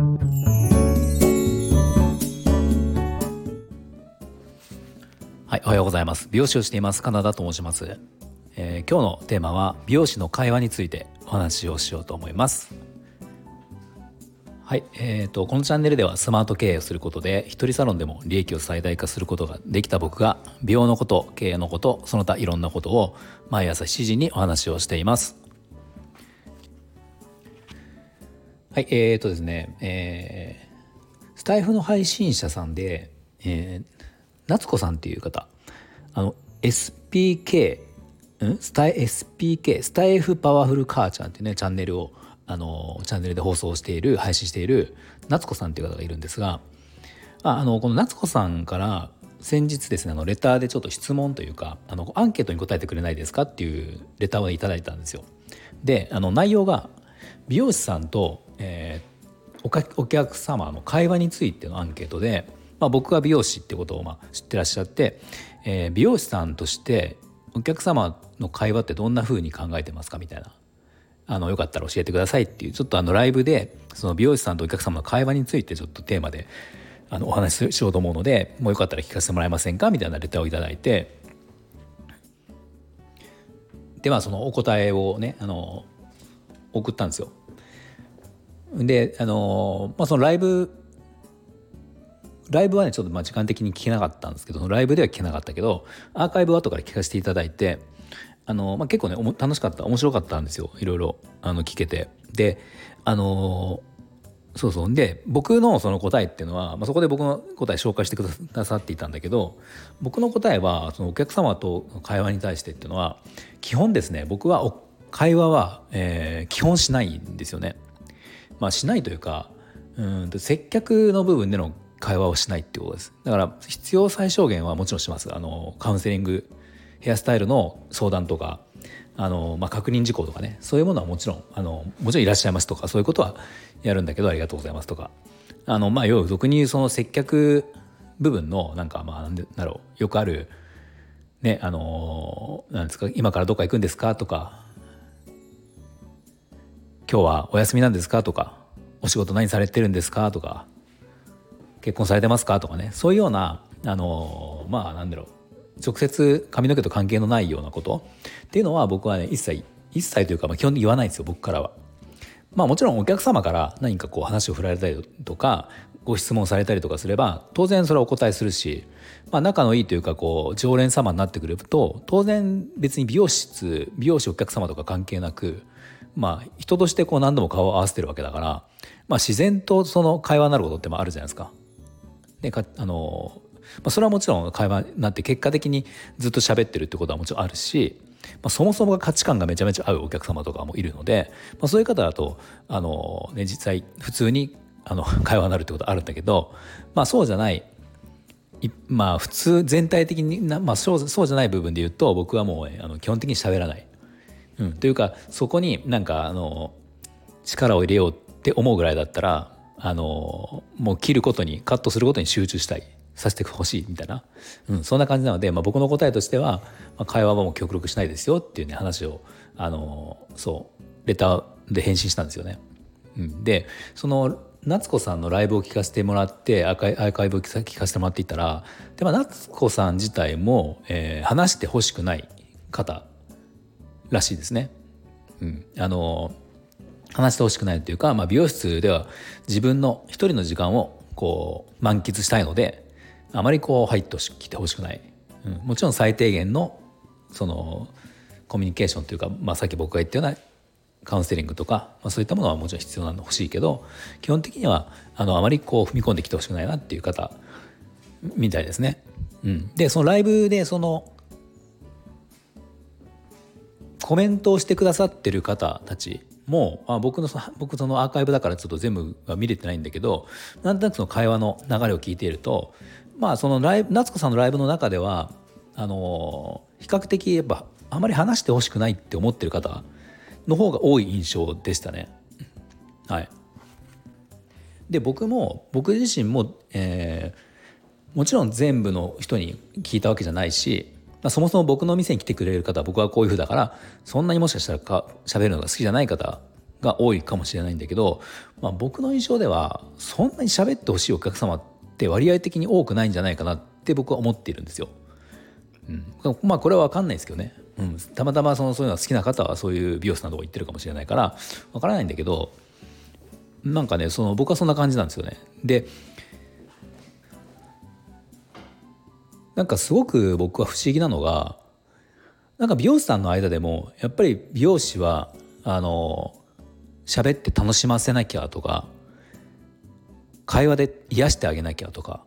はい、おはようございます。美容師をしていますカナダと申します。今日のテーマは美容師の会話についてお話をしようと思います。はい、このチャンネルではスマート経営をすることで一人サロンでも利益を最大化することができた僕が美容のこと、経営のこと、その他いろんなことを毎朝7時にお話をしています。はい、ですね、スタイフの配信者さんで、夏子さんっていう方、SPK、SPK スタイフパワフル母ちゃんっていうねチャンネルをチャンネルで放送している配信している夏子さんっていう方がいるんですが、この夏子さんから先日ですねレターでちょっと質問というかアンケートに答えてくれないですかっていうレターをいただいたんですよ。で内容が美容師さんと、お客様の会話についてのアンケートで、僕が美容師ってことを知ってらっしゃって、美容師さんとしてお客様の会話ってどんな風に考えてますかみたいなよかったら教えてくださいっていうちょっとライブでその美容師さんとお客様の会話についてちょっとテーマでお話ししようと思うのでもうよかったら聞かせてもらえませんかみたいなレターをいただいて、でそのお答えをね送ったんですよ。でそのライブはねちょっと時間的に聞けなかったんですけどライブでは聞けなかったけどアーカイブは後から聞かせていただいて結構ね楽しかった面白かったんですよ。いろいろ聞けてでそうで僕のその答えっていうのは、そこで僕の答え紹介してくださっていたんだけど僕の答えはそのお客様との会話に対してっていうのは基本ですね僕は会話は、基本しないんですよね。しないというか接客の部分での会話をしないっていうことです。だから必要最小限はもちろんします。カウンセリングヘアスタイルの相談とか確認事項とかねそういうものはもちろんいらっしゃいますとかそういうことはやるんだけどありがとうございますとか要は俗に言うその接客部分のなんだろうよくあるねなんですか今からどっか行くんですかとか今日はお休みなんですかとかお仕事何されてるんですかとか結婚されてますかとかねそういうようななんだろう直接髪の毛と関係のないようなことっていうのは僕はね一切というか基本的に言わないんですよ僕からは。もちろんお客様から何か話を振られたりとかご質問されたりとかすれば当然それはお答えするし、仲のいいというか常連様になってくると当然別に美容師お客様とか関係なく人として何度も顔を合わせてるわけだから、自然とその会話になることってあるじゃないですか。でそれはもちろん会話になって結果的にずっと喋ってるってことはもちろんあるし、そもそもが価値観がめちゃめちゃ合うお客様とかもいるので、そういう方だと実際普通に会話になるってことあるんだけど、そうじゃない普通全体的にそうじゃない部分で言うと僕はもう基本的に喋らない、というかそこに力を入れようって思うぐらいだったらもう切ることにカットすることに集中させてほしいみたいな、そんな感じなので、僕の答えとしては、会話はもう極力しないですよっていうね話をレターで返信したんですよね。でその夏子さんのライブを聞かせてもらってアーカイブを聞かせてもらっていたら夏子さん自体も、話してほしくない方らしいですね。話してほしくないというか、美容室では自分の一人の時間を満喫したいのであまり入ってきてほしくない、もちろん最低限のそのコミュニケーションというか、さっき僕が言ったようなカウンセリングとか、そういったものはもちろん必要なの欲しいけど基本的にはあまり踏み込んできてほしくないなっていう方みたいですね。でそのライブでそのコメントをしてくださってる方たちも僕そのアーカイブだからちょっと全部は見れてないんだけどなんとなくその会話の流れを聞いているとその夏子さんのライブの中では比較的やっぱあまり話してほしくないって思ってる方の方が多い印象でしたね。はい。で僕自身も、もちろん全部の人に聞いたわけじゃないし、そもそも僕の店に来てくれる方は僕はこういう風だからそんなにもしかしたら喋るのが好きじゃない方が多いかもしれないんだけど、僕の印象ではそんなに喋ってほしいお客様って割合的に多くないんじゃないかなって僕は思っているんですよ。これは分かんないですけどね、たまたまそういうのが好きな方はそういう美容室などを行ってるかもしれないから分からないんだけど、なんかね僕はそんな感じなんですよね。でなんかすごく僕は不思議なのが、なんか美容師さんの間でもやっぱり美容師は喋って楽しませなきゃとか、会話で癒してあげなきゃとか、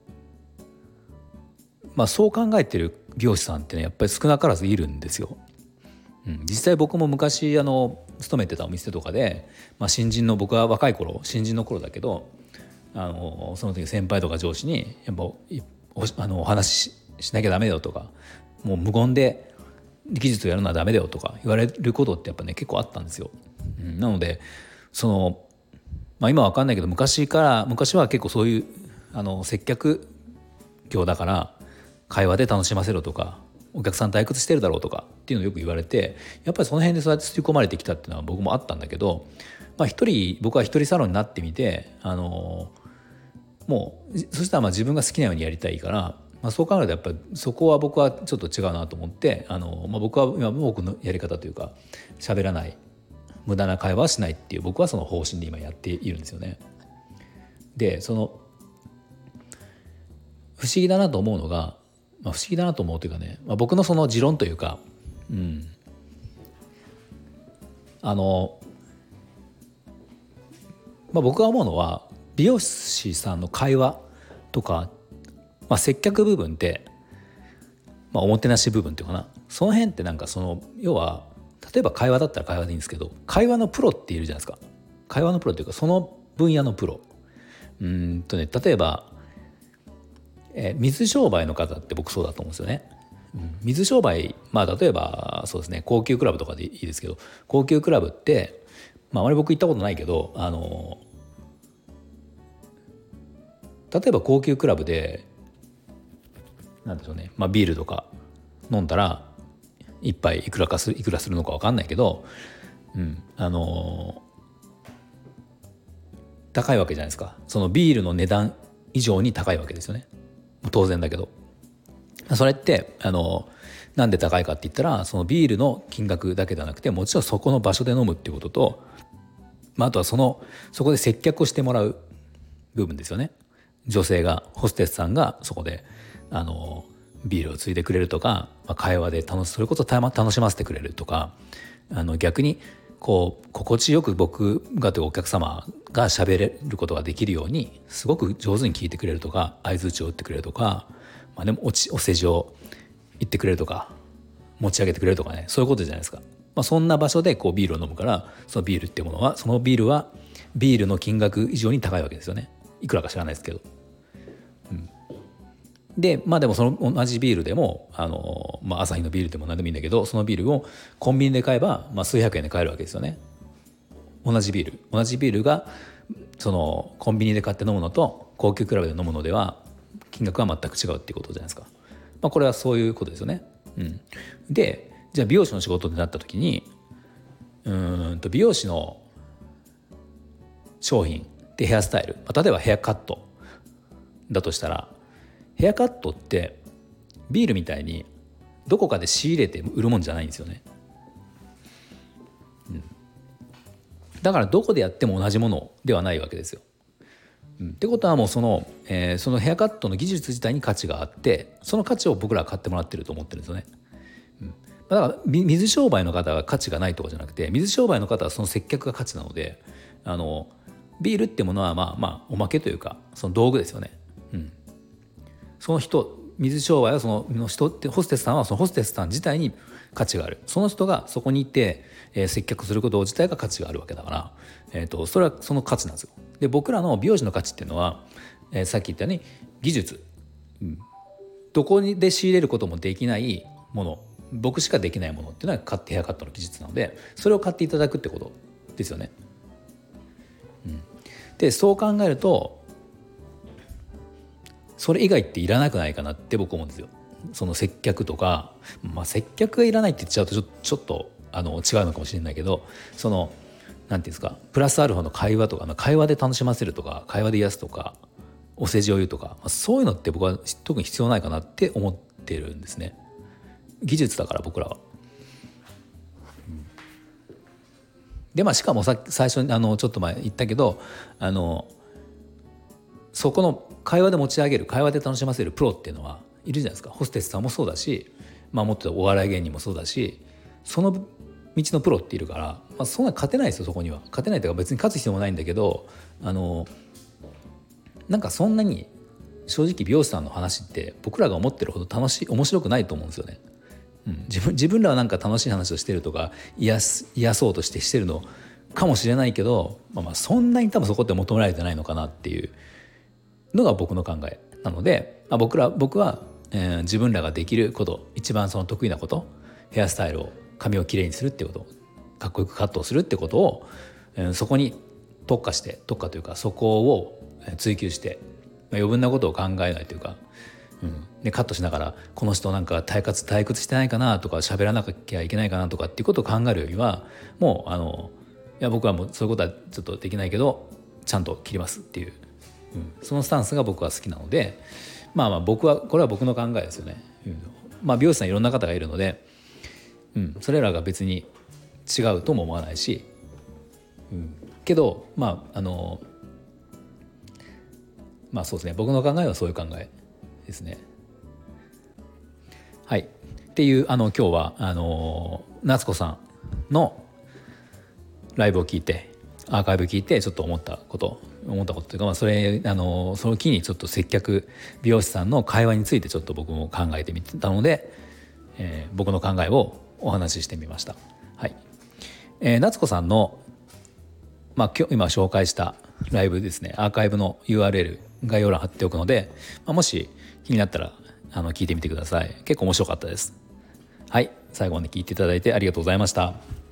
そう考えてる美容師さんってねやっぱり少なからずいるんですよ。実際僕も昔勤めてたお店とかで、新人の僕は若い頃新人の頃だけどその時先輩とか上司にやっぱお話しなきゃダメだよとか、もう無言で技術をやるのはダメだよとか言われることってやっぱね結構あったんですよ。なので今は分かんないけど昔は結構そういう接客業だから会話で楽しませろとか、お客さん退屈してるだろうとかっていうのをよく言われて、やっぱりその辺でそうやって刷り込まれてきたっていうのは僕もあったんだけど、僕は一人サロンになってみてもうそしたら自分が好きなようにやりたいから、そう考えるとやっぱりそこは僕はちょっと違うなと思って、僕は今僕のやり方というか喋らない、無駄な会話はしないっていう僕はその方針で今やっているんですよね。で不思議だなと思うのが、不思議だなと思うというかね、僕のその持論というか、僕が思うのは美容師さんの会話とか、接客部分って、おもてなし部分っていうかな、その辺ってなんか要は例えば会話だったら会話でいいんですけど、会話のプロっているじゃないですか。会話のプロっていうかその分野のプロ、例えば水商売の方って僕そうだと思うんですよね。水商売、例えばそうですね、高級クラブとかでいいですけど、高級クラブってあまり僕行ったことないけど例えば高級クラブでなんでしょうね、ビールとか飲んだら一杯いくらするのか分かんないけど、高いわけじゃないですか。そのビールの値段以上に高いわけですよね。当然だけど、それってなんで高いかって言ったら、そのビールの金額だけではなくて、もちろんそこの場所で飲むっていうことと、あとはそこで接客をしてもらう部分ですよね。女性がホステスさんがそこでビールをついでくれるとか、会話でそれこそ楽しませてくれるとか、逆に心地よく僕がというお客様が喋れることができるようにすごく上手に聞いてくれるとか、相槌を打ってくれるとか、でもお世辞を言ってくれるとか、持ち上げてくれるとかね、そういうことじゃないですか。そんな場所でビールを飲むから、そのビールっていうものは、そのビールはビールの金額以上に高いわけですよね。いくらか知らないですけど。ででもその同じビールでもアサヒのビールでも何でもいいんだけど、そのビールをコンビニで買えば、数百円で買えるわけですよね。同じビールがそのコンビニで買って飲むのと高級クラブで飲むのでは金額は全く違うっていうことじゃないですか。これはそういうことですよね。でじゃあ美容師の仕事になった時に美容師の商品でヘアスタイル、例えばヘアカットだとしたら、ヘアカットってビールみたいにどこかで仕入れて売るもんじゃないんですよね。だからどこでやっても同じものではないわけですよ。ってことはもうそのヘアカットの技術自体に価値があって、その価値を僕らは買ってもらってると思ってるんですよね。だから水商売の方は価値がないとかじゃなくて、水商売の方はその接客が価値なので、ビールってものはおまけというかその道具ですよね。その人、水商売はその人ってホステスさんはそのホステスさん自体に価値がある。その人がそこに行って、接客すること自体が価値があるわけだから、それはその価値なんですよ。で僕らの美容師の価値っていうのは、さっき言ったように技術、どこで仕入れることもできないもの、僕しかできないものっていうのはヘアカットの技術なので、それを買っていただくってことですよね。でそう考えるとそれ以外っていらなくないかなって僕思うんですよ。その接客とか、接客がいらないって言っちゃうとちょっと違うのかもしれないけど、 なんていうんですか、プラスアルファの会話とか、会話で楽しませるとか、会話で癒すとか、お世辞を言うとか、そういうのって僕は特に必要ないかなって思ってるんですね。技術だから僕らは。でしかも最初にちょっと前言ったけど、そこの会話で持ち上げる、会話で楽しませるプロっていうのはいるじゃないですか。ホステスさんもそうだし、もっとお笑い芸人もそうだし、その道のプロっているから、そんな勝てないですよ。そこには勝てないというか、別に勝つ必要もないんだけど、なんかそんなに正直美容師さんの話って僕らが思ってるほど面白くないと思うんですよね。自分らはなんか楽しい話をしてるとか癒そうとしてるのかもしれないけど、そんなに多分そこって求められてないのかなっていうのが僕の考えなので、僕は、自分らができること、一番その得意なこと、ヘアスタイルを、髪をきれいにするっていうこと、かっこよくカットをするってことを、そこに特化というか、そこを追求して、余分なことを考えないというか、でカットしながらこの人なんか退屈してないかなとか、喋らなきゃいけないかなとかっていうことを考えるよりは、もういや僕はもうそういうことはちょっとできないけどちゃんと切りますっていう、そのスタンスが僕は好きなので、これは僕の考えですよね。美容師さんいろんな方がいるので、それらが別に違うとも思わないし、けどそうですね、僕の考えはそういう考えですね。はい。っていう今日は夏子さんのライブを聞いて、アーカイブ聞いてちょっと思ったことというか、その機にちょっと接客美容師さんの会話についてちょっと僕も考えてみたので、僕の考えをお話ししてみました。はい。夏子さんの今紹介したライブですね、アーカイブの URL 概要欄貼っておくので、もし気になったら聞いてみてください。結構面白かったです。はい、最後まで聞いていただいてありがとうございました。